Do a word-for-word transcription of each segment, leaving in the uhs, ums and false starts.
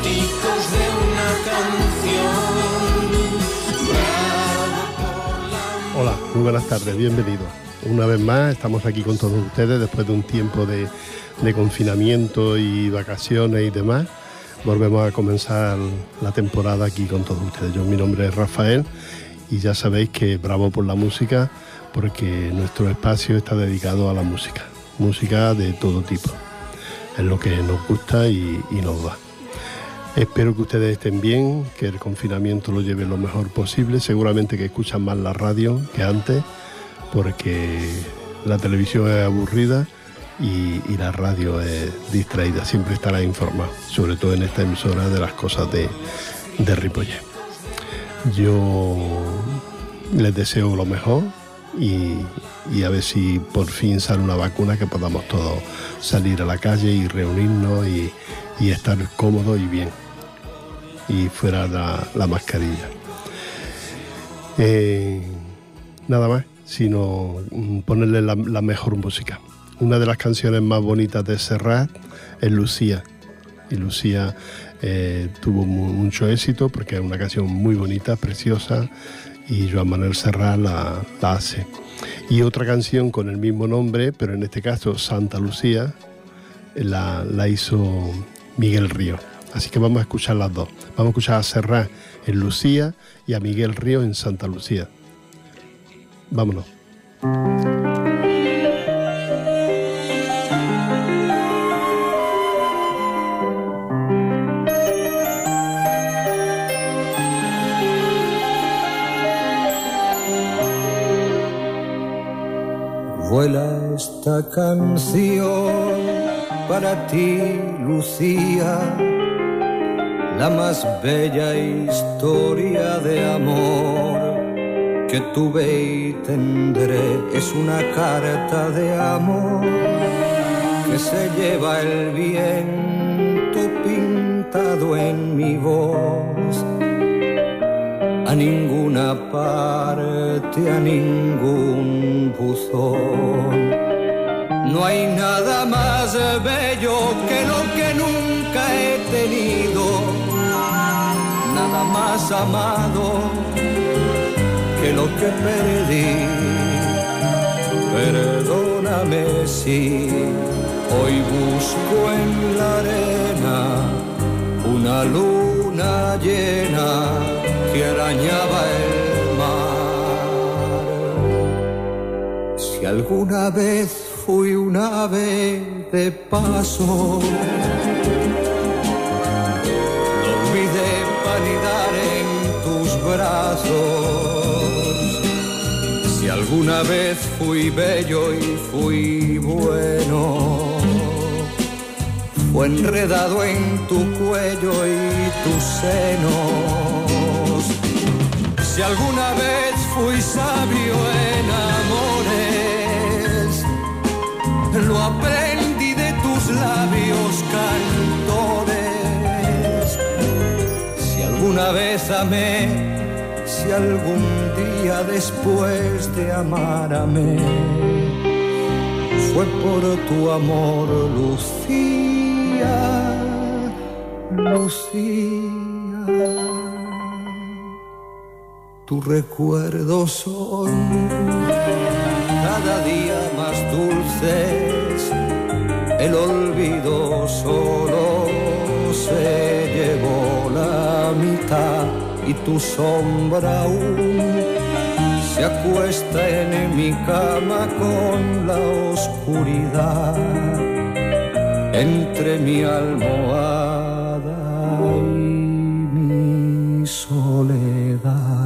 cánticos de una canción. Bravo por la... Hola, muy buenas tardes, bienvenidos. Una vez más estamos aquí con todos ustedes después de un tiempo de, de confinamiento y vacaciones y demás. Volvemos a comenzar la temporada aquí con todos ustedes. Yo, mi nombre es Rafael y ya sabéis que bravo por la música, porque nuestro espacio está dedicado a la música, música de todo tipo. Es lo que nos gusta y, y nos va. Espero que ustedes estén bien, que el confinamiento lo lleve lo mejor posible. Seguramente que escuchan más la radio que antes, porque la televisión es aburrida y, y la radio es distraída. Siempre estará informado, sobre todo en esta emisora, de las cosas de, de Ripollet. Yo les deseo lo mejor y, y a ver si por fin sale una vacuna, que podamos todos salir a la calle y reunirnos y, y estar cómodos y bien, y fuera la, la mascarilla. Eh, nada más, sino ponerle la, la mejor música. Una de las canciones más bonitas de Serrat es Lucía, y Lucía eh, tuvo mu- mucho éxito porque es una canción muy bonita, preciosa, y Joan Manuel Serrat la, la hace. Y otra canción con el mismo nombre, pero en este caso Santa Lucía, la, la hizo Miguel Ríos. Así que vamos a escuchar las dos. Vamos a escuchar a Serrat en Lucía y a Miguel Ríos en Santa Lucía. Vámonos. Vuela esta canción para ti, Lucía, la más bella historia de amor que tuve y tendré. Es una carta de amor que se lleva el viento pintado en mi voz. A ninguna parte, a ningún buzón. No hay nada más bello que lo que nunca he tenido, nada más amado que lo que perdí. Perdóname si hoy busco en la arena una luna llena que arañaba el mar. Si alguna vez fui un ave de paso, lo olvidé para anidar en tus brazos. Si alguna vez fui bello y fui bueno, fue enredado en tu cuello y tus senos. Si alguna vez fui sabio en amores, lo aprendí de tus labios cantores. Si alguna vez amé, si algún día después de amar amé, fue por tu amor, Lucía, Lucía. Tus recuerdos son cada día más dulces, el olvido solo se llevó la mitad y tu sombra aún se acuesta en mi cama con la oscuridad entre mi almohada y mi soledad.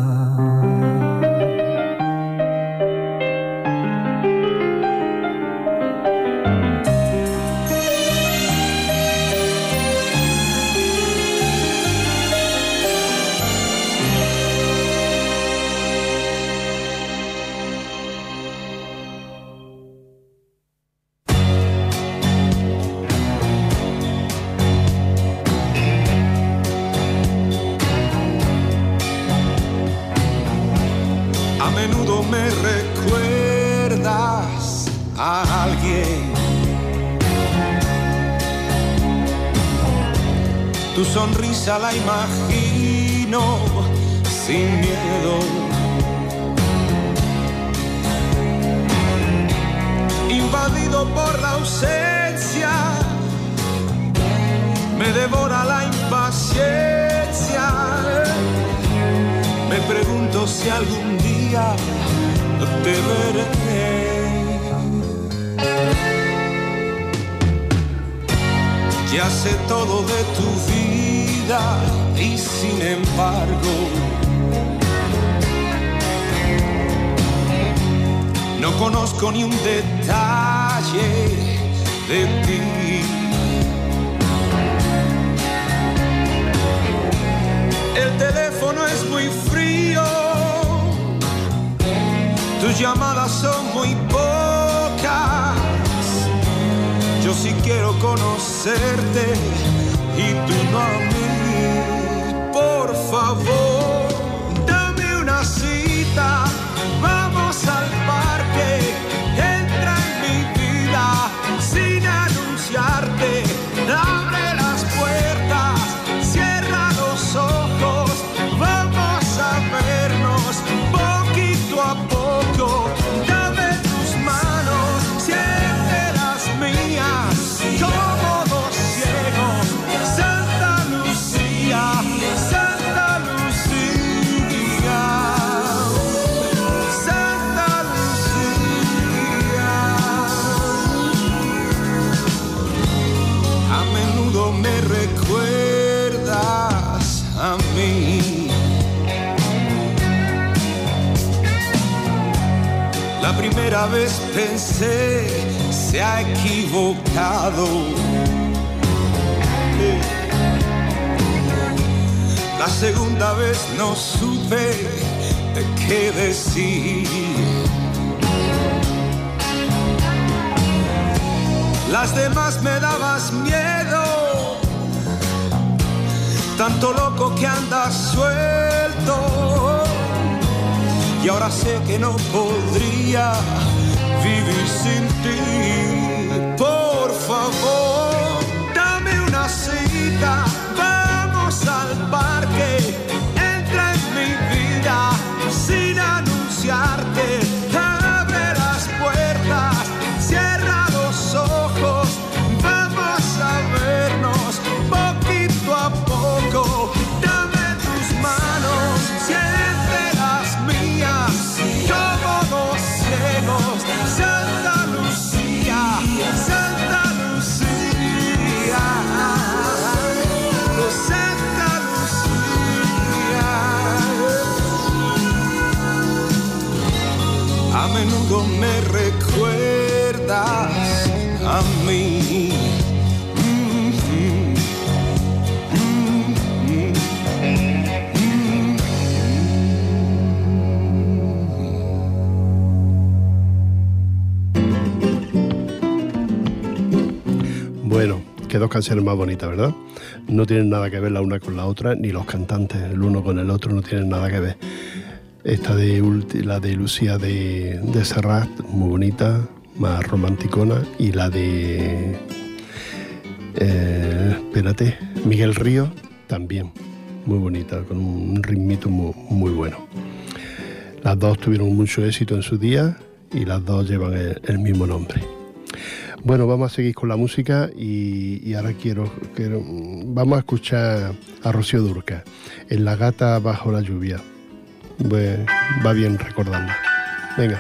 tu sonrisa la imagino sin miedo. Invadido por la ausencia, me devora la impaciencia. Me pregunto si algún día te veré. Ya sé todo de tu vida y sin embargo no conozco ni un detalle de ti. El teléfono es muy frío, tus llamadas son muy pocas. Yo sí quiero conocerte y tú no a mí. Por favor, dame una cita, vamos al parque, entra en mi vida sin anunciarte. Abre las puertas, cierra los ojos, vamos a vernos poquito a poco. Dame tus manos, siente las mías, como dos ciegos. Santa Lucía, Santa Lucía, Santa Lucía. A menudo me recuerdas a mí. La primera vez pensé, se ha equivocado. La segunda vez no supe qué decir. Las demás me dabas miedo, tanto loco que andas suelto. Y ahora sé que no podría vivir sin ti. Por favor, dame una cita, vamos al parque, entra en mi vida sin anunciarte. Abre las puertas, cierra los ojos, vamos a vernos poquito a poco. Dame tus manos, siente las mías, como dos ciegos. Santa Lucía, Santa Lucía, Santa Lucía. A menudo me recuerdas a mí. Bueno, qué dos canciones más bonitas, ¿verdad? No tienen nada que ver la una con la otra, ni los cantantes, el uno con el otro, no tienen nada que ver. Esta de la de Lucía de, de Serrat, muy bonita, más romanticona, y la de eh, espérate, Miguel Ríos, también muy bonita, con un ritmito muy, muy bueno. Las dos tuvieron mucho éxito en su día y las dos llevan el, el mismo nombre. Bueno, vamos a seguir con la música y, y ahora quiero, quiero vamos a escuchar a Rocío Dúrcal en La gata bajo la lluvia. Pues, va bien recordarla. Venga.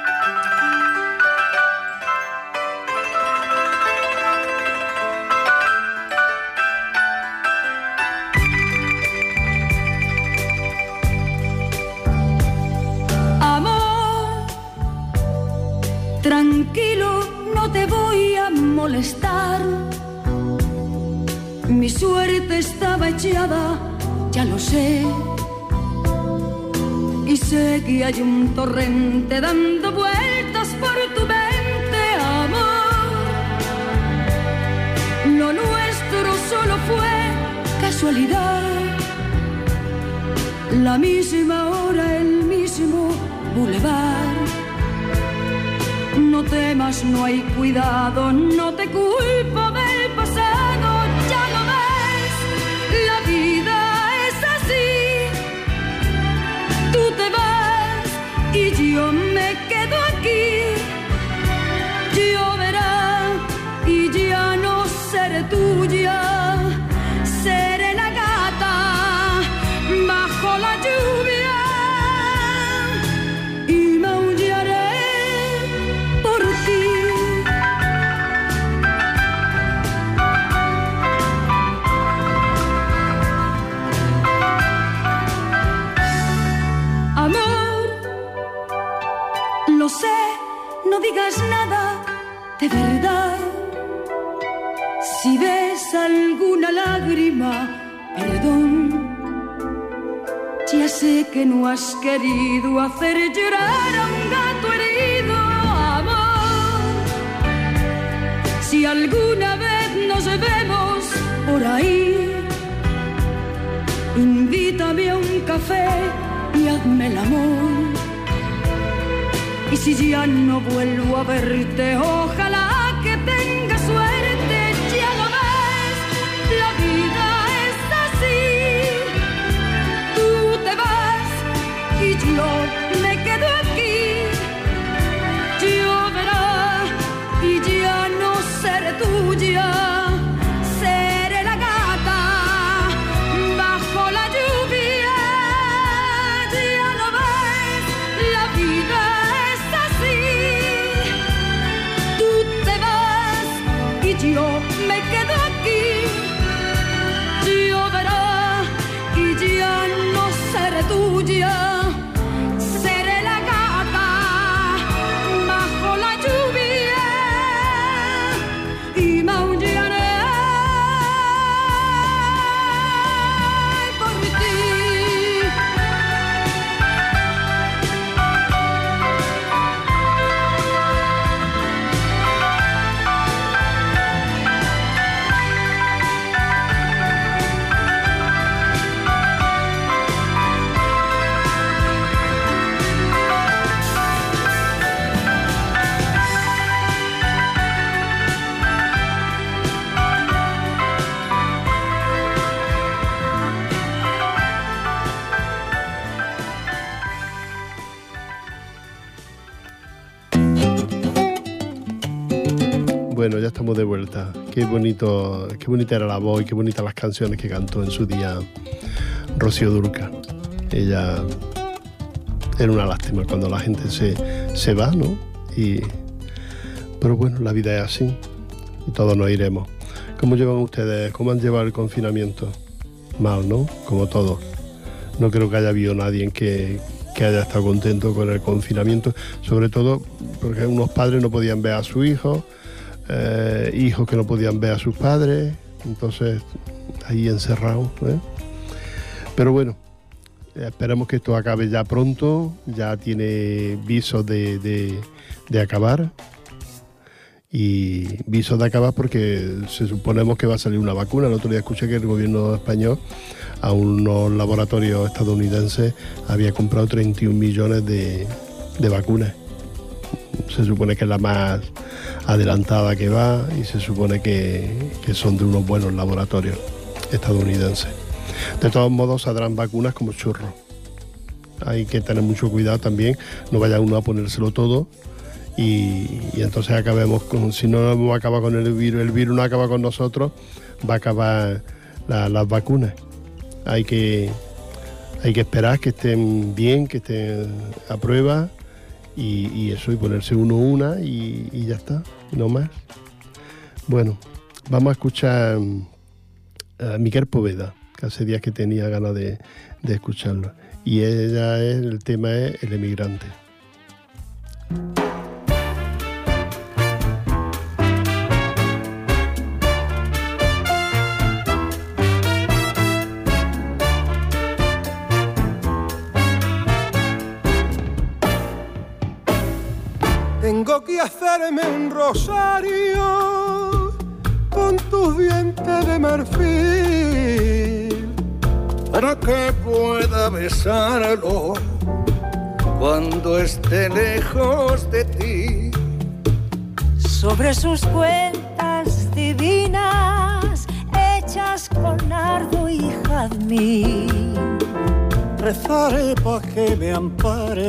Amor, tranquilo, no te voy a molestar. Mi suerte estaba echada, ya lo sé. Y sé que hay un torrente dando vueltas por tu mente, amor. Lo nuestro solo fue casualidad. La misma hora, el mismo bulevar. No temas, no hay cuidado, no te culpo del pasado. Ya lo ves, de verdad. Si ves alguna lágrima, perdón. Ya sé que no has querido hacer llorar a un gato herido, amor. Si alguna vez nos vemos por ahí, invítame a un café y hazme el amor. Y si ya no vuelvo a verte, ojalá que tengas suerte. Ya lo ves, la vida es así. Tú te vas y yo me quedo aquí. Lloverá y ya no seré tuya. Seré la gata bajo la lluvia. Ya lo ves, la vida es así. Tú te vas y yo me quedo aquí. Lloverá y ya no seré tuya. Seré la gata bajo la lluvia y maullaré por ti. Bueno, ya estamos de vuelta. Qué bonito, qué bonita era la voz y qué bonitas las canciones que cantó en su día Rocío Dúrcal. Ella era una lástima cuando la gente se, se va, ¿no? Y, pero bueno, la vida es así y todos nos iremos. ¿Cómo llevan ustedes? ¿Cómo han llevado el confinamiento? Mal, ¿no? Como todos. No creo que haya habido nadie que, que haya estado contento con el confinamiento, sobre todo porque unos padres no podían ver a su hijo. Eh, hijos que no podían ver a sus padres, entonces ahí encerrados, ¿eh? Pero bueno, esperemos que esto acabe ya pronto. Ya tiene visos de, de, de acabar y visos de acabar porque se suponemos que va a salir una vacuna. El otro día escuché que el gobierno español a unos laboratorios estadounidenses había comprado treinta y un millones de, de vacunas. Se supone que es la más adelantada que va y se supone que, que son de unos buenos laboratorios estadounidenses. De todos modos saldrán vacunas como churros. Hay que tener mucho cuidado también, no vaya uno a ponérselo todo y, y entonces acabemos con, si no vamos a acabar con el virus, el virus no acaba con nosotros, va a acabar la, las vacunas. Hay que, hay que esperar que estén bien, que estén a prueba. Y, y eso, y ponerse uno una y, y ya está, no más. Bueno, vamos a escuchar a Miquel Poveda, que hace días que tenía ganas de, de escucharlo. Y ella es, el tema es El emigrante. Tengo que hacerme un rosario con tus dientes de marfil para que pueda besarlo cuando esté lejos de ti. Sobre sus cuentas divinas hechas con nardo y jazmín Rezaré pa' que me ampare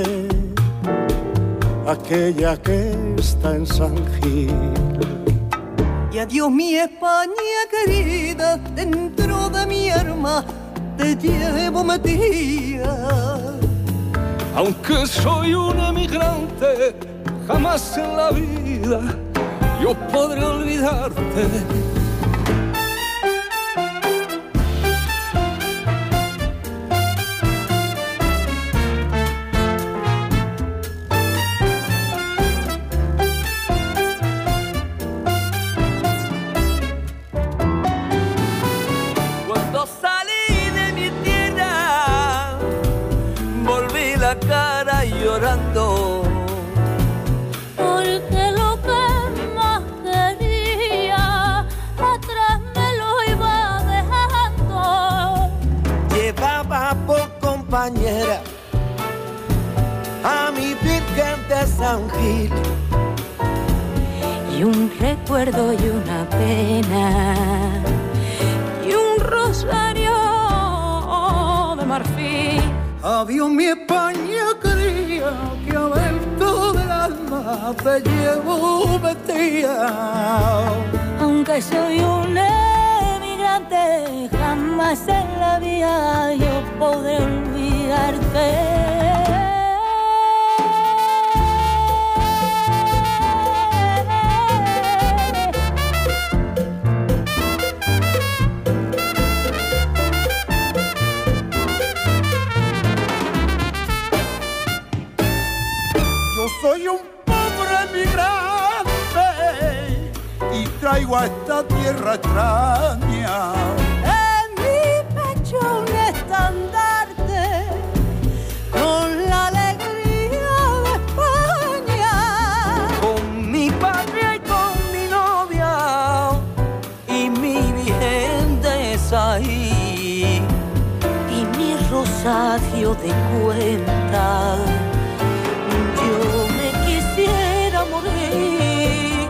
aquella que está en San Gil. Y adiós mi España querida, dentro de mi alma te llevo metida. Aunque soy un emigrante, jamás en la vida yo podré olvidarte. compañera, a mi Virgen de San Gil. Y un recuerdo y una pena y un rosario de marfil. Adiós mi España querida, que abierto del alma te llevo vestida. Aunque soy un emigrante, jamás en la vida yo podré olvidarte. Soy un pobre emigrante y traigo a esta tierra extraña en mi pecho un estandarte con la alegría de España, con mi patria y con mi novia y mi Virgen de Saí y mi rosario de cuentas. Yo me quisiera morir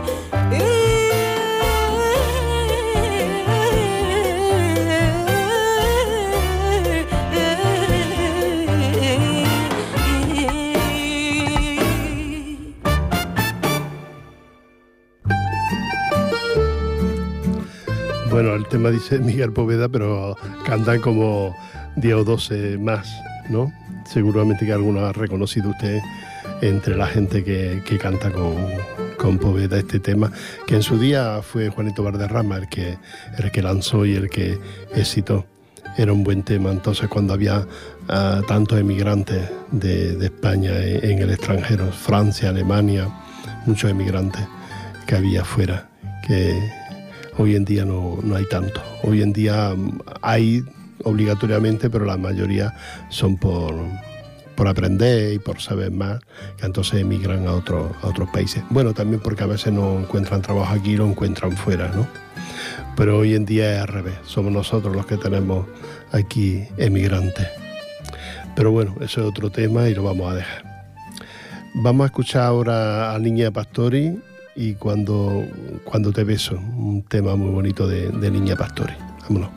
Bueno, el tema dice Miguel Poveda, pero cantan como diez o doce más, ¿no? Seguramente que alguno ha reconocido usted entre la gente que, que canta con, con Poveda este tema, que en su día fue Juanito Valderrama el que, el que lanzó y el que excitó. Era un buen tema, entonces cuando había uh, tantos emigrantes de, de España en, en el extranjero, Francia, Alemania, muchos emigrantes que había afuera, que hoy en día no, no hay tanto. Hoy en día hay obligatoriamente, pero la mayoría son por... por aprender y por saber más, que entonces emigran a, otro, a otros países. Bueno, también porque a veces no encuentran trabajo aquí, lo encuentran fuera, ¿no? Pero hoy en día es al revés, somos nosotros los que tenemos aquí emigrantes. Pero bueno, eso es otro tema y lo vamos a dejar. Vamos a escuchar ahora a Niña Pastori y Cuando, cuando te beso, un tema muy bonito de, de Niña Pastori. Vámonos.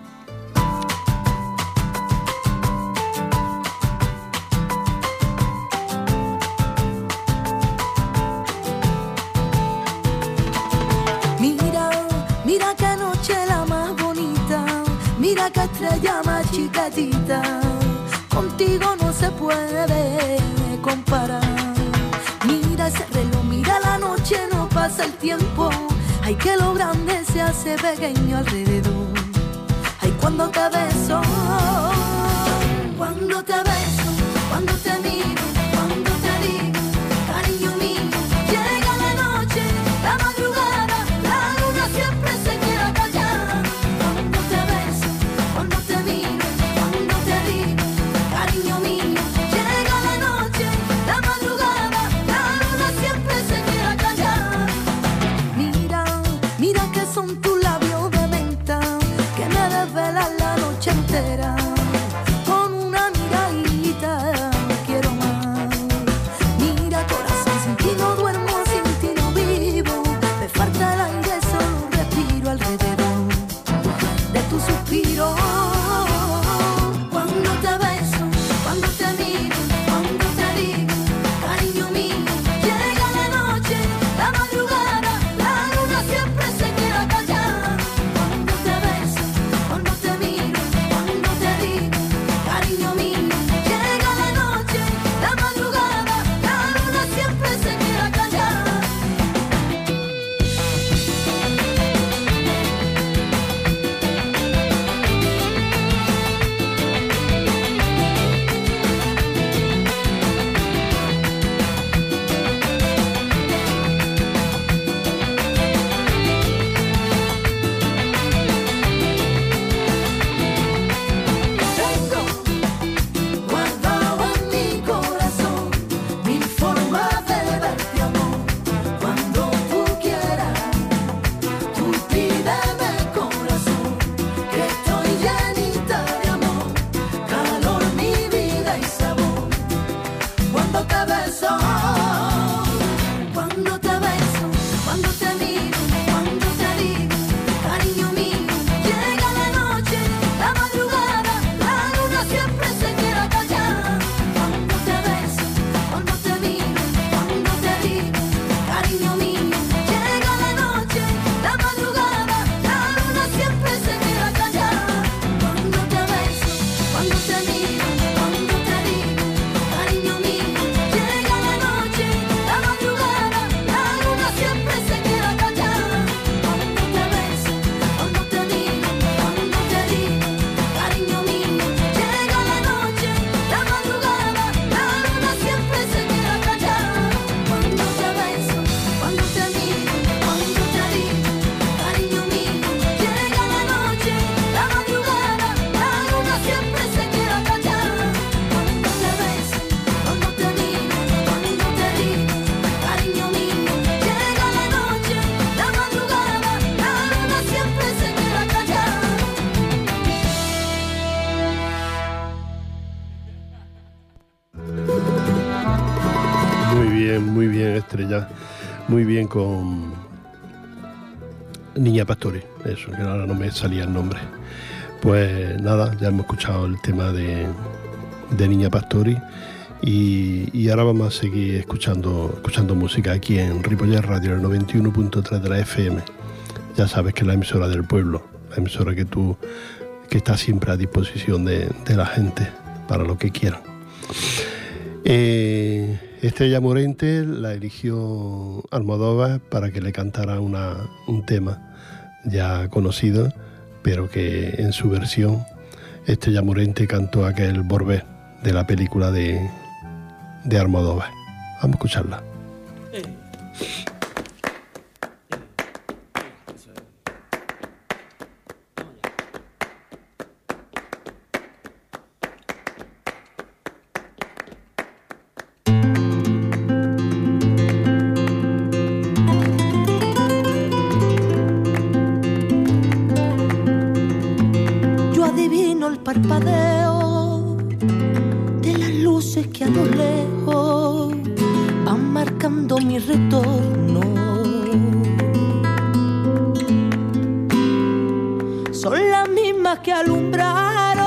Que estrella más chiquitita, contigo no se puede comparar. Mira ese reloj, mira la noche, no pasa el tiempo. Ay, que lo grande se hace pequeño alrededor. Ay, cuando te beso, cuando te beso, cuando te miro, cuando te digo, cariño mío, llega la noche, la madrugada, la luna siempre se queda callada. Cuando te beso, cuando te miro, cuando te digo, cariño mío, llega la noche, la madrugada, la luna siempre se queda callada. Mira, mira que son tus labios de menta, que me desvelan la noche entera. Estrella muy bien con Niña Pastori, eso, que ahora no me salía el nombre. Pues nada, ya hemos escuchado el tema de, de Niña Pastori y, y ahora vamos a seguir escuchando, escuchando música aquí en Ripollet Radio, el noventa y uno punto tres de la F M. Ya sabes que es la emisora del pueblo, la emisora que tú que está siempre a disposición de, de la gente para lo que quieran. Eh, Estrella Morente la eligió Almodóvar para que le cantara una, un tema ya conocido, pero que en su versión Estrella Morente cantó aquel Volver de la película de, de Almodóvar. Vamos a escucharla. Eh. Parpadeo de las luces que a lo lejos van marcando mi retorno. Son las mismas que alumbraron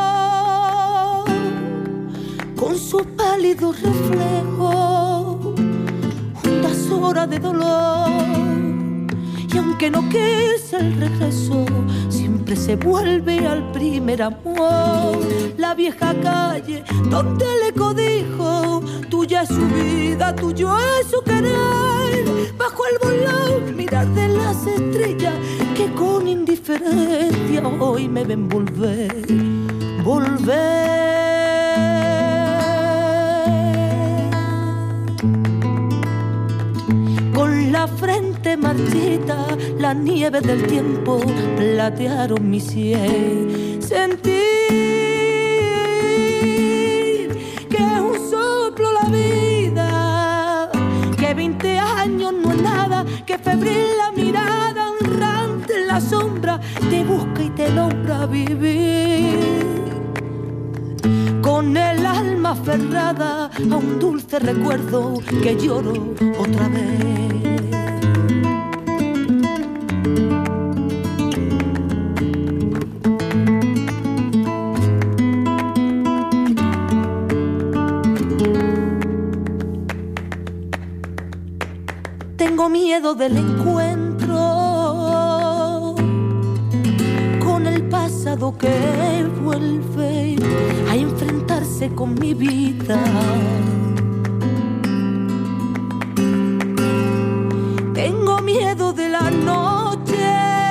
con sus pálidos reflejos hondas horas de dolor. Y aunque no quise el regreso, siempre se vuelve al primer amor. La vieja calle donde le codijo, tuya es su vida, tuyo es su querer. Bajo el volón mirar de las estrellas que con indiferencia hoy me ven volver, volver. Con la frente marchita, la nieve del tiempo platearon mi sien. Sentir que es un soplo la vida, que veinte años no es nada, que febril la mirada errante en la sombra te busca y te logra vivir. Con el alma aferrada a un dulce recuerdo que lloro otra vez. Tengo miedo del encuentro con el pasado que vuelve a enfrentarse con mi vida. Tengo miedo de la noche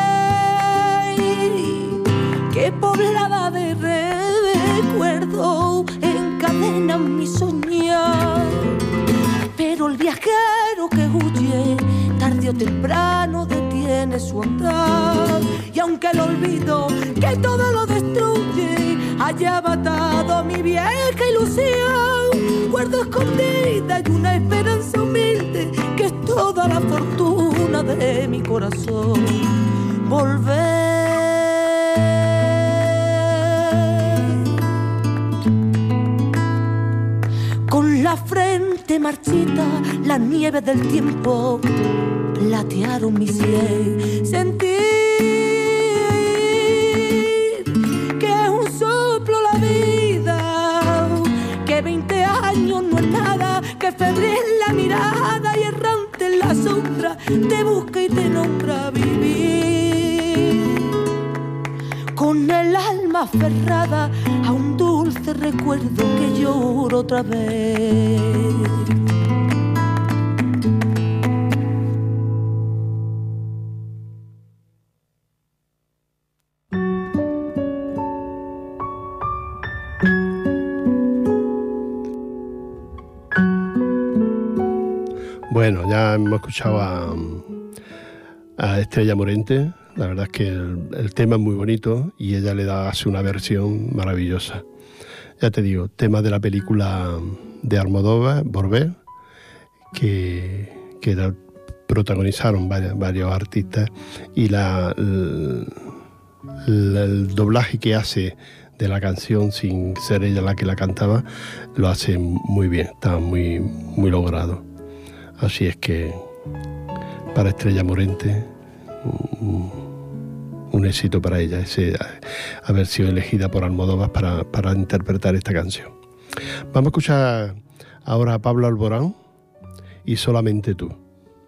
que poblada de recuerdos encadena mi soñar. Pero el viajero que huye tarde o temprano detiene su andar. Y aunque el olvido que todo lo destruye haya matado mi vieja ilusión, guardo escondida y una esperanza humilde que es toda la fortuna de mi corazón. Volver. Con la frente marchita, la nieve del tiempo platearon mi sien. Sentir que es un soplo la vida, que veinte años no es nada, que febril la mirada y errante en la sombra te busca y te nombra vivir. Con el alma aferrada a un dulce recuerdo que lloro otra vez. Bueno, ya hemos escuchado a, a Estrella Morente. La verdad es que el, el tema es muy bonito y ella le da, hace una versión maravillosa. Ya te digo, tema de la película de Almodóvar, Volver, que, que la protagonizaron varios, varios artistas, y la, el, el, el doblaje que hace de la canción sin ser ella la que la cantaba lo hace muy bien, está muy, muy logrado. Así es que para Estrella Morente, un, un éxito para ella, ese haber sido elegida por Almodóvar para, para interpretar esta canción. Vamos a escuchar ahora a Pablo Alborán y Solamente tú.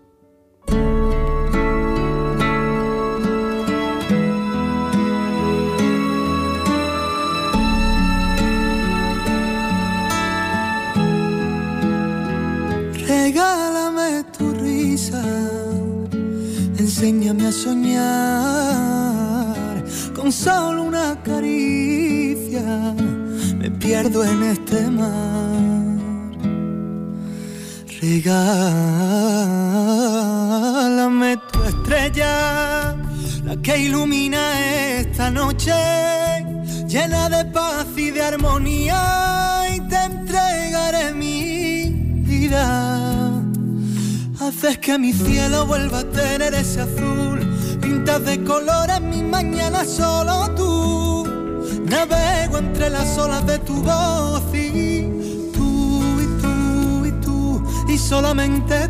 Regálame tu risa, enséñame a soñar, con solo una caricia me pierdo en este mar. Regálame tu estrella, la que ilumina esta noche, llena de paz y de armonía, y te entregaré mi vida. Haces que mi cielo vuelva a tener ese azul, pintas de colores mi mañana solo tú. Navego entre las olas de tu voz y tú, y tú, y tú, y solamente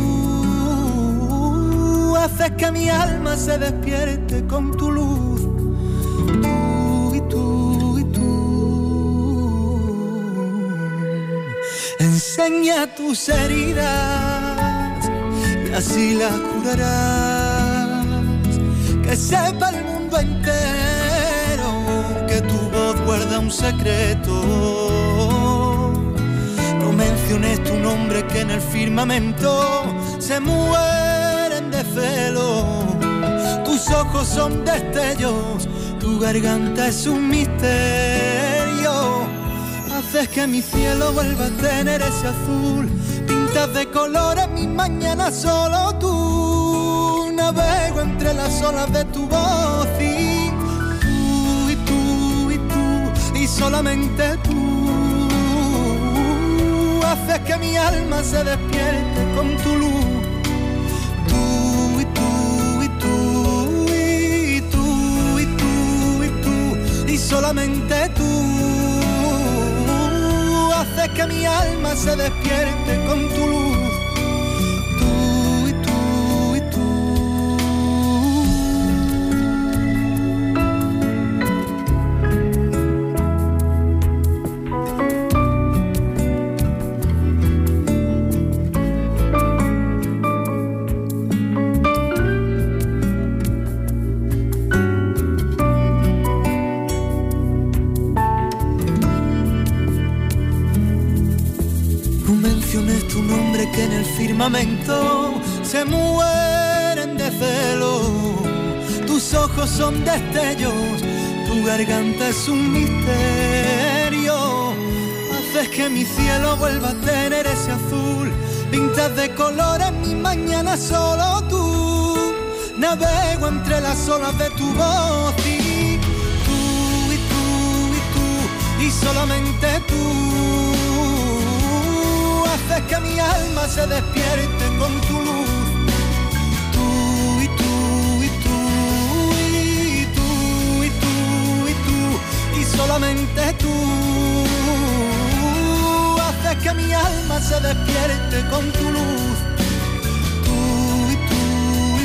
tú. Haces que mi alma se despierte con tu luz. Tú y tú y tú. Enseña tus heridas y así las curarás. Que sepa el mundo entero que tu voz guarda un secreto. No menciones tu nombre que en el firmamento se mueren de celo. Tus ojos son destellos, tu garganta es un misterio. Haces que mi cielo vuelva a tener ese azul, pintas de colores mis mañanas solo tú. Navego entre las olas de tu voz y tú, y tú, y tú, y solamente tú. Haces que mi alma se despierte con tu luz. Tú, y tú, y tú, y tú, y tú, y tú, y solamente tú. Haces que mi alma se despierte con tu luz. Que en el firmamento se mueren de celo. Tus ojos son destellos, tu garganta es un misterio. Haces que mi cielo vuelva a tener ese azul, pintas de colores mi mañana solo tú. Navego entre las olas de tu voz y tú, y tú, y tú, y solamente tú. Haces que mi alma se despierte con tu luz. Tú y tú y tú y tú y tú y tú y solamente tú. Haces que mi alma se despierte con tu luz. Tú y tú y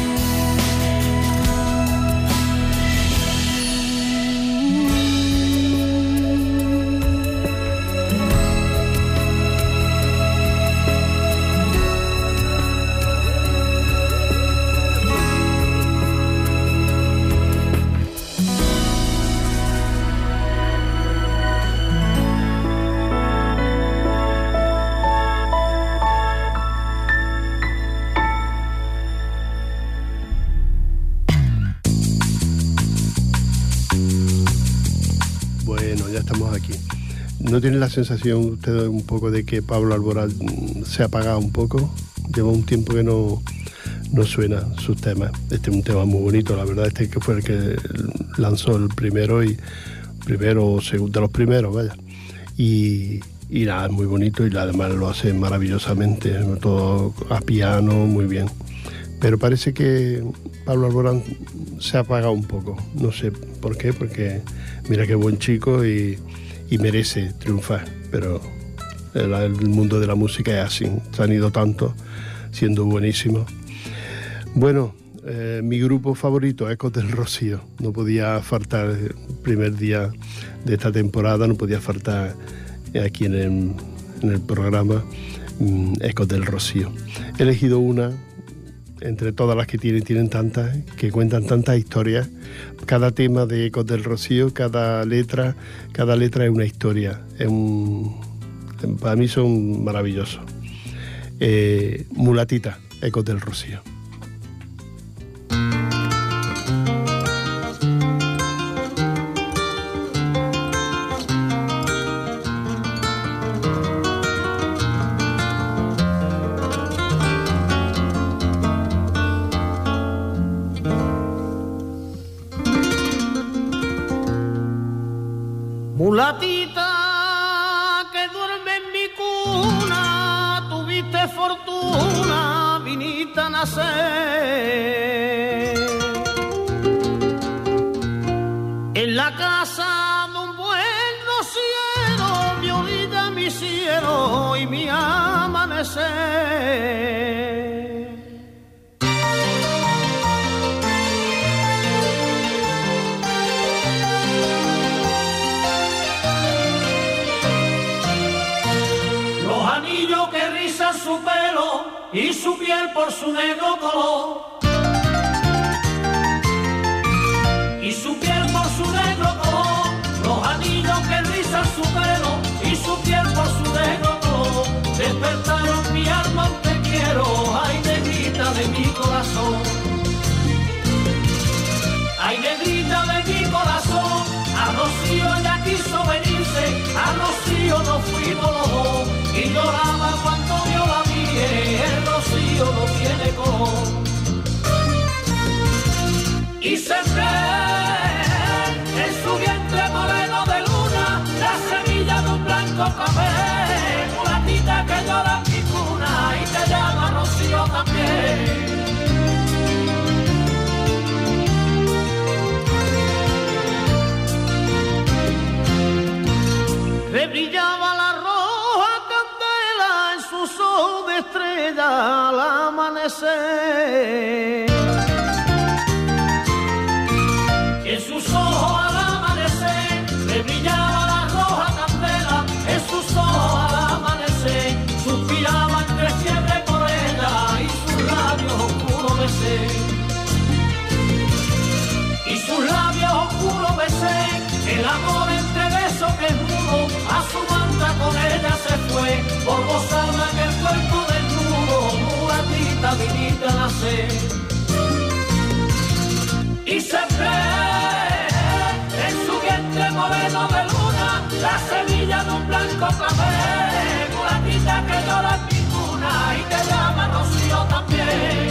¿No tiene la sensación usted un poco de que Pablo Alborán se ha apagado un poco? Lleva un tiempo que no, no suena sus temas. Este es un tema muy bonito, la verdad, este que fue el que lanzó el primero y primero o segundo de los primeros, vaya. Y, y nada, es muy bonito y además lo hace maravillosamente, todo a piano, muy bien. Pero parece que Pablo Alborán se ha apagado un poco, no sé por qué, porque mira qué buen chico y... y merece triunfar, pero El, el mundo de la música es así, se han ido tantos, siendo buenísimos. Bueno, eh, mi grupo favorito, Ecos del Rocío. No podía faltar el primer día de esta temporada, no podía faltar aquí en el, en el programa um, Ecos del Rocío. He elegido una, entre todas las que tienen, tienen tantas, que cuentan tantas historias. Cada tema de Ecos del Rocío, cada letra, cada letra es una historia. Es un, para mí son maravillosos. Eh, Mulatita, Ecos del Rocío. Mulatita que duerme en mi cuna, tuviste fortuna, viniste a nacer en la casa de un buen rociero, mi orilla, mi cielo y mi amanecer. Su pelo y su piel por su negro color, y su piel por su negro color, los anillos que rizan su pelo y su piel por su negro color, despertaron mi alma, te quiero, ay negrita de mi corazón, ay negrita de mi corazón, a Rocío ella quiso venirse, a Rocío nos fuimos los dos, y lloraba cuando vio la mía, el rocío no tiene color. Y se ve en su vientre moreno de luna, la semilla de un blanco café, mulatita que llora en mi cuna, y te llama Rocío también. Le brillaba la roja candela en sus ojos de estrella al amanecer. Y en sus ojos al amanecer le brillaba la roja candela en sus ojos al amanecer. Suspiraba entre fiebre por ella y sus labios oscuros besé. Y sus labios oscuros besé, el amor entre besos que es mudo, a su banda con ella se fue, por gozarla en el cuerpo desnudo, mulatita viniste a nacer. Y se ve en su vientre moreno de luna, la semilla de un blanco café, mulatita que llora en mi cuna, y te llama Rocío también.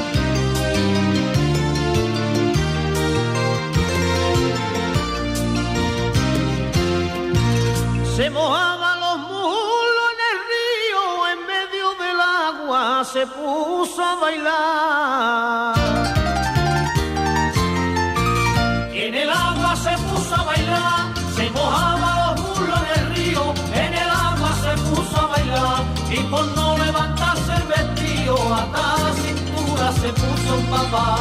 Se mojaban los muslos en el río, en medio del agua se puso a bailar. En el agua se puso a bailar, se mojaban los muslos en el río, en el agua se puso a bailar. Y por no levantarse el vestido, hasta la cintura se puso a empapar.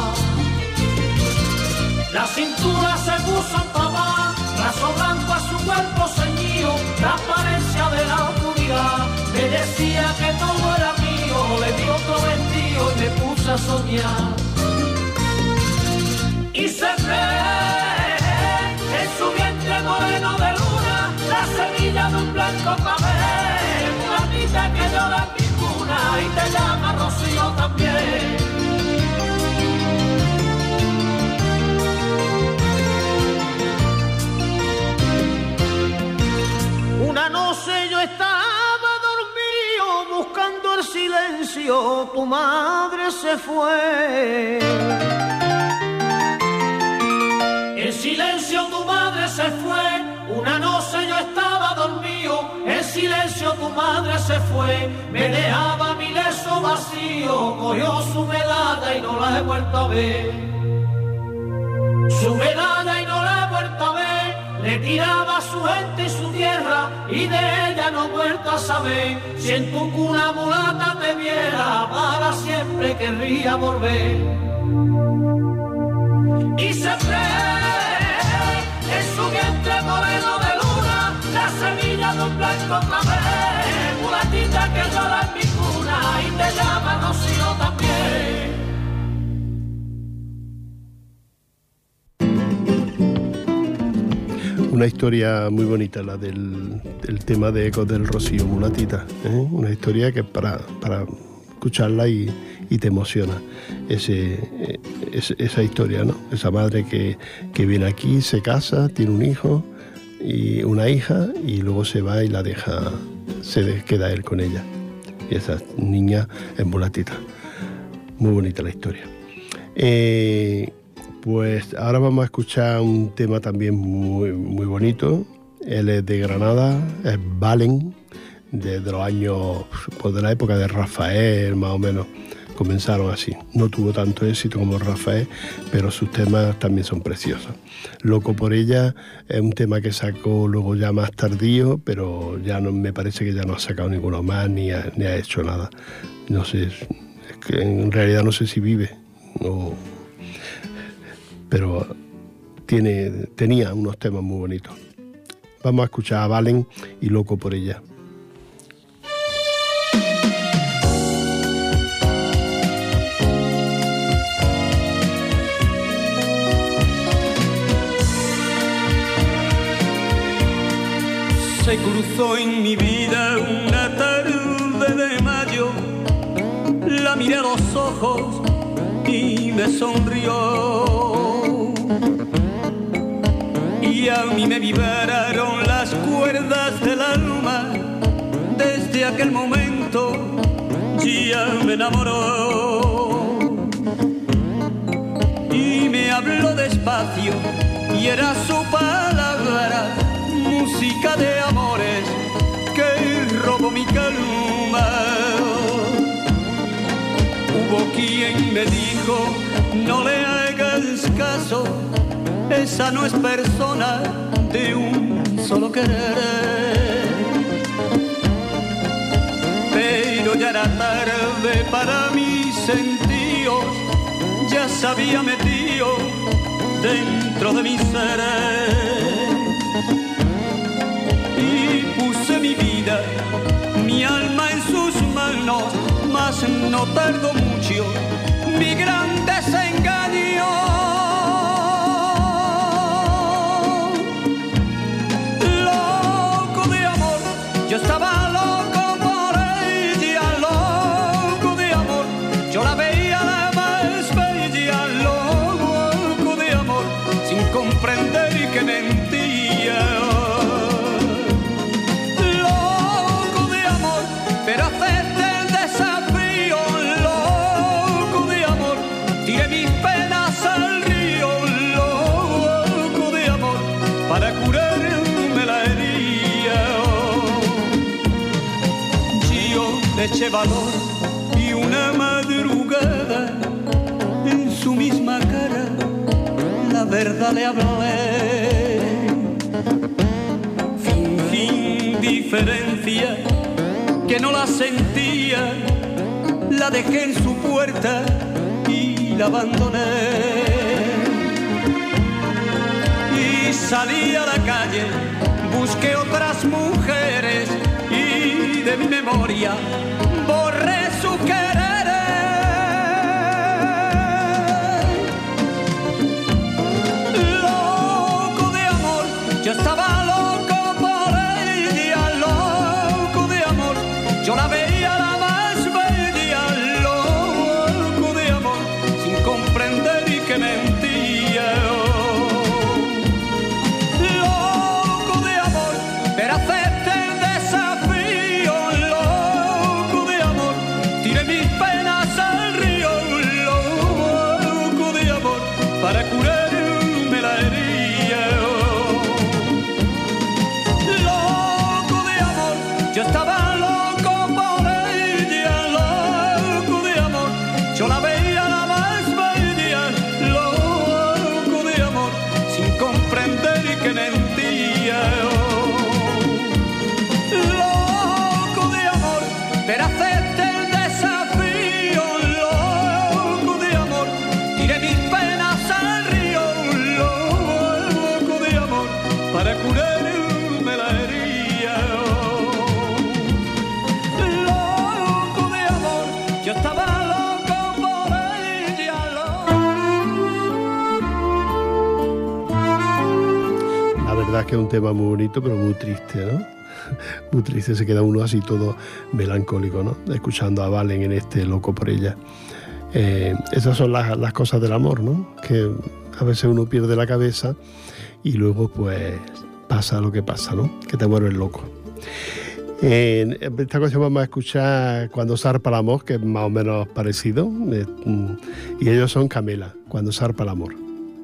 La cintura se puso a empapar, brazo blanco a su cuerpo ceñido, transparencia de la oscuridad, me decía que todo era mío, le di otro vestido y me puse a soñar. Y se ve en su vientre moreno de luna, la semilla de un blanco café, mulatita que llora en mi cuna, y te llama Rocío también. Una noche yo estaba dormido buscando el silencio, tu madre se fue. En silencio tu madre se fue, una noche yo estaba dormido, en silencio tu madre se fue, me dejaba mi lecho vacío, cogió su medalla y no la he vuelto a ver. Su medalla y no la he vuelto a ver. le tiraba a su gente y su tierra, y de ella no he vuelto a saber. Si en tu cuna mulata te viera, para siempre querría volver. Y se cree en su vientre moreno de luna, la semilla de un blanco clavel, mulatita que llora en mi cuna y te llama Rocío también. Una historia muy bonita, la del, del tema de Ecos del Rocío, mulatita, ¿eh? Una historia que para, para escucharla y, y te emociona ese, ese, esa historia, ¿no? Esa madre que, que viene aquí, se casa, tiene un hijo y una hija y luego se va y la deja, se queda él con ella. Y esa niña es mulatita. Muy bonita la historia. Eh, Pues ahora vamos a escuchar un tema también muy, muy bonito. Él es de Granada, es Valen, desde los años, pues de la época de Rafael, más o menos, comenzaron así. No tuvo tanto éxito como Rafael, pero sus temas también son preciosos. Loco por ella es un tema que sacó luego ya más tardío, pero ya no, me parece que ya no ha sacado ninguno más, ni ha, ni ha hecho nada. No sé, es que en realidad no sé si vive o... pero tiene, tenía unos temas muy bonitos. Vamos a escuchar a Valen y Loco por ella. Se cruzó en mi vida una tarde de mayo, la miré a los ojos y me sonrió, y a mí me vibraron las cuerdas del alma. Desde aquel momento ya me enamoró, y me habló despacio y era su palabra, música de amores que robó mi calma. Hubo quien me dijo, no le hagas caso, esa no es persona de un solo querer. Pero ya era tarde para mis sentidos, ya se había metido dentro de mi ser. Y puse mi vida, mi alma en sus manos, mas no tardó mucho mi gran desengaño. Loco de amor, yo estaba loco por ella, loco de amor, yo la veía la más bella, loco de amor, sin comprender que mentía. Loco de amor, pero acepté el desafío, loco de amor, tiré mis penas al río, loco de amor, para curarme la herida. Yo le eché valor y una madrugada en su misma cara la verdad le hablé. Fingí indiferencia que no la sentía, la dejé en su puerta y la abandoné. Y salí a la calle, busqué otras mujeres y de mi memoria borré su querer. Loco de amor, yo estaba loco por ella, loco de amor, yo la veía la más bella, loco de amor, sin comprender y que mentía. Loco de amor, pero acepté el desafío, loco que es un tema muy bonito, pero muy triste, ¿no? Muy triste, se queda uno así todo melancólico, ¿no? Escuchando a Valen en este Loco por ella. Eh, esas son las, las cosas del amor, ¿no? Que a veces uno pierde la cabeza y luego pues pasa lo que pasa, ¿no? Que te vuelves loco. En esta ocasión vamos a escuchar Cuando zarpa el amor, que es más o menos parecido, eh, y ellos son Camela, Cuando zarpa el amor.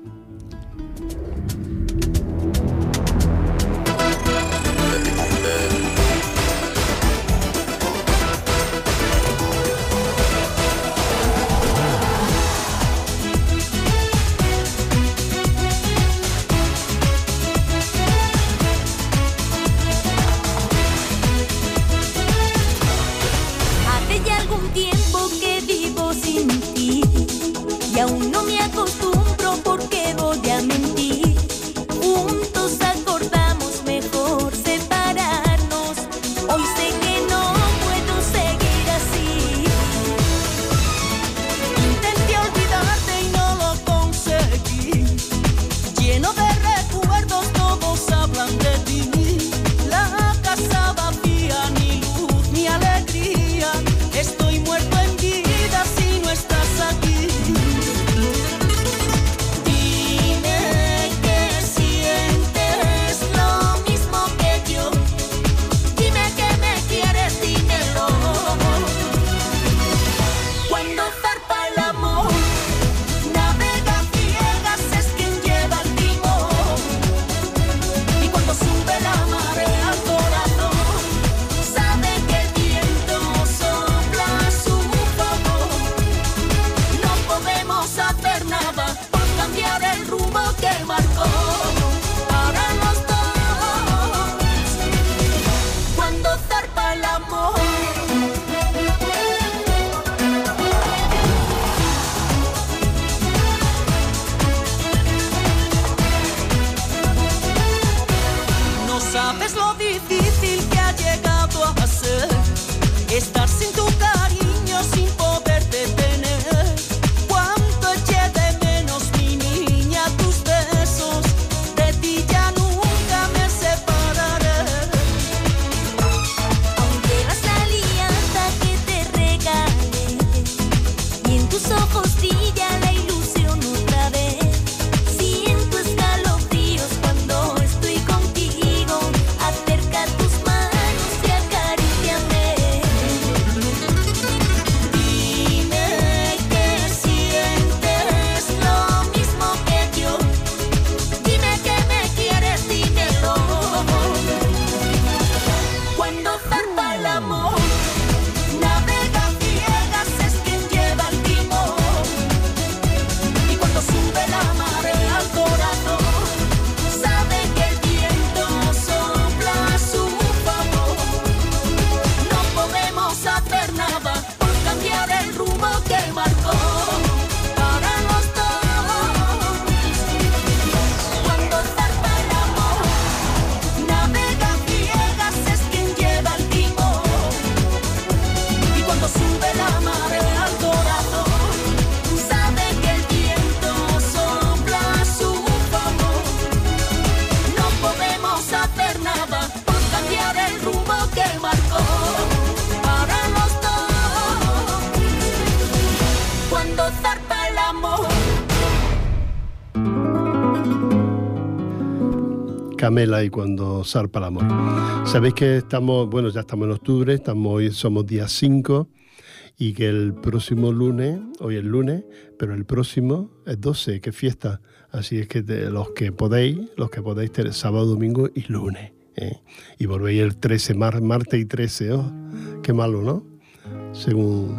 Camela y Cuando zarpa el amor. Sabéis que estamos, bueno, ya estamos en octubre, estamos hoy somos día cinco y que el próximo lunes, hoy es lunes, pero el próximo es doce, que es fiesta. Así es que de, los que podéis, los que podéis tener sábado, domingo y lunes. ¿eh? Y volvéis el trece, mar, martes y trece. Oh, qué malo, ¿no? Según...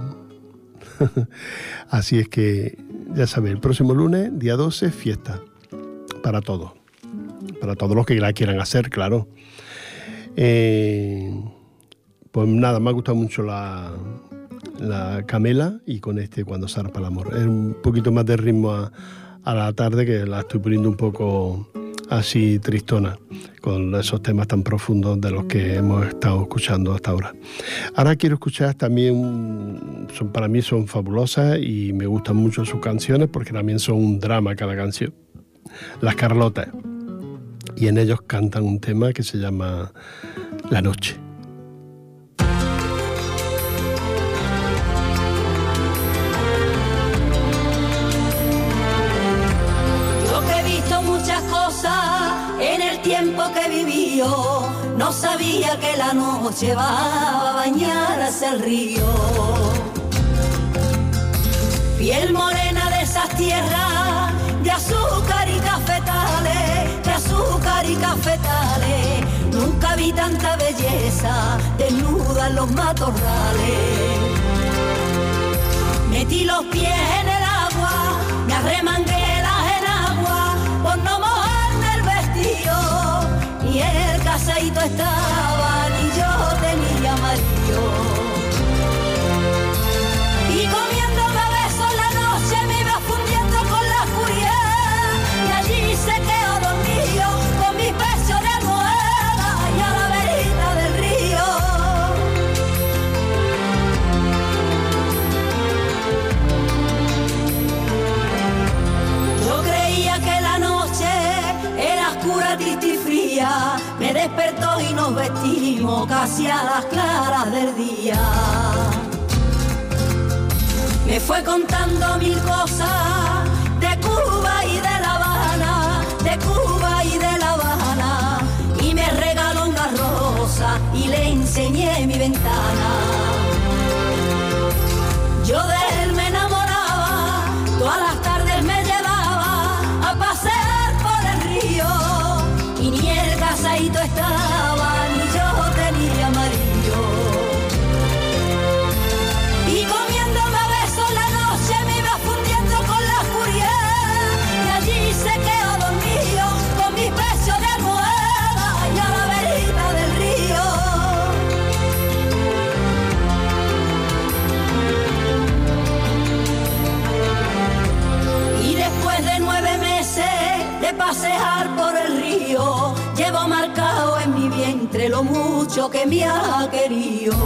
Así es que, ya sabéis, el próximo lunes, día doce, fiesta. Para todos. Para todos los que la quieran hacer, claro. Eh, pues nada, me ha gustado mucho la, la Camela y con este Cuando zarpa el amor. Es un poquito más de ritmo a, a la tarde, que la estoy poniendo un poco así tristona, con esos temas tan profundos de los que hemos estado escuchando hasta ahora. Ahora quiero escuchar también, son, para mí son fabulosas y me gustan mucho sus canciones porque también son un drama cada canción. Las Carlotas. y en ellos cantan un tema que se llama La Noche. En el tiempo que vivió, no sabía que la noche va a bañar hacia el río. Piel morena de esas tierras, de azúcar y cafetales, de azúcar y cafetales. Nunca vi tanta belleza desnuda en los matorrales. Metí los pies en el agua, me arremangué las enaguas por no mojarme el vestido. Y el caseíto estaba, ni yo tenía amarillo. Y comiéndome a besos la noche me iba fundiendo con la furia. Y allí se quedó dormido con mis besos de almohada y a la verita del río. Yo creía que la noche era oscura, triste y fría. Me despertó y nos vestimos casi a las claras del día. Me fue contando mil cosas de Cuba y de La Habana, de Cuba y de La Habana. Y me regaló una rosa y le enseñé mi ventana. Yo de él me enamoraba, todas las tardes me llevaba a pasear por el río. Y ni el casadito estaba, ni yo tenía amarillo. Y comiéndome a besos la noche me iba fundiendo con la furia. Y allí se quedó dormido con mis besos de almohada y a la verita del río. Y después de nueve meses de pasear por el río, llevo marcado en mi vientre lo mucho que me ha querido.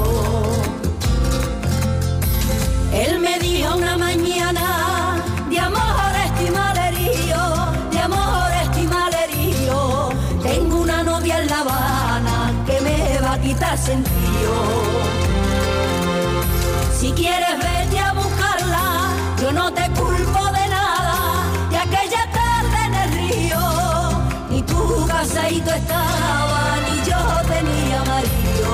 Él me dijo una mañana, de amor estimalerío, de amor estimalerío. Tengo una novia en La Habana que me va a quitar sentido. Si quieres vete a buscarla, yo no te culpo de nada. Y aquella tarde en el río, ni tu casadito estaba, ni yo tenía marido.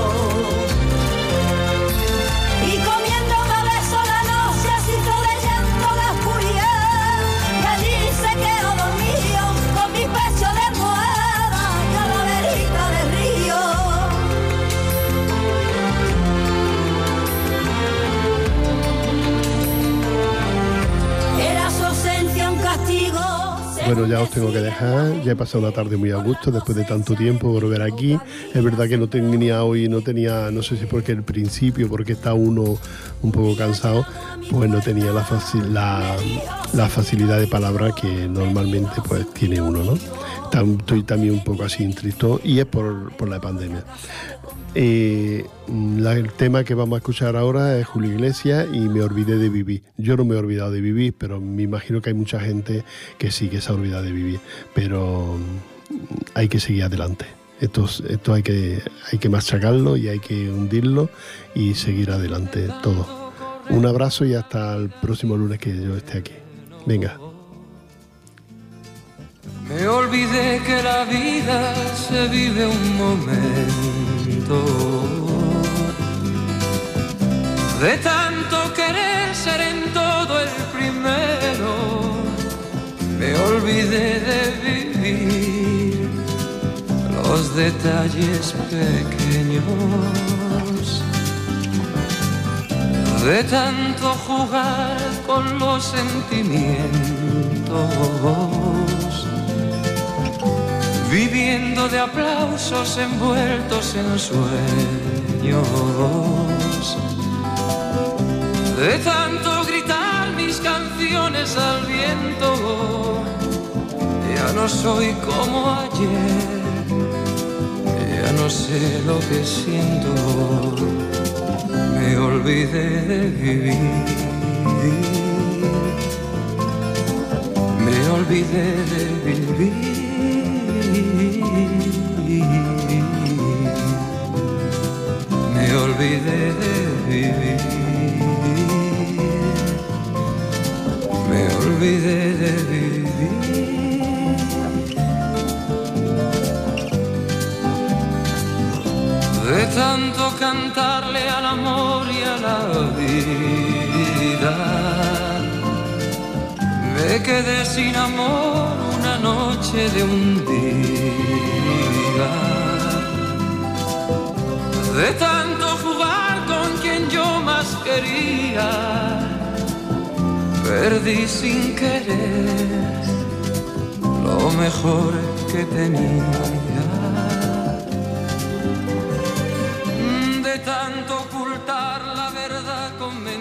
Y comiéndome a besos la noche, así todo llanto la furia. Y allí se quedó dormido con mis pechos de almohada y a la verita del río. Era su ausencia un castigo. Bueno, ya os tengo que dejar, ya he pasado una tarde muy a gusto después de tanto tiempo volver aquí. Es verdad que no tenía hoy, no tenía, no sé si porque el principio, porque está uno un poco cansado, pues no tenía la, facil, la, la facilidad de palabra que normalmente pues tiene uno, ¿no? Estoy también un poco así triste y es por, por la pandemia. Eh, la, el tema que vamos a escuchar ahora es Julio Iglesias y Me olvidé de vivir. Yo no me he olvidado de vivir, pero me imagino que hay mucha gente que sí que se ha olvidado de vivir, pero hay que seguir adelante. Esto, esto hay que, hay que machacarlo y hay que hundirlo y seguir adelante todo. Un abrazo y hasta el próximo lunes que yo esté aquí. Venga. Me olvidé que la vida se vive un momento. De tanto querer ser en todo el primero, me olvidé de vivir los detalles pequeños. De tanto jugar con los sentimientos, viviendo de aplausos envueltos en sueños. De tanto gritar mis canciones al viento, ya no soy como ayer, ya no sé lo que siento. Me olvidé de vivir, me olvidé de vivir. me olvidé de vivir, me olvidé de vivir. De tanto cantarle al amor y a la vida, me quedé sin amor una noche de un día. De tanto jugar con quien yo más quería, perdí sin querer lo mejor que tenía. De tanto ocultar la verdad con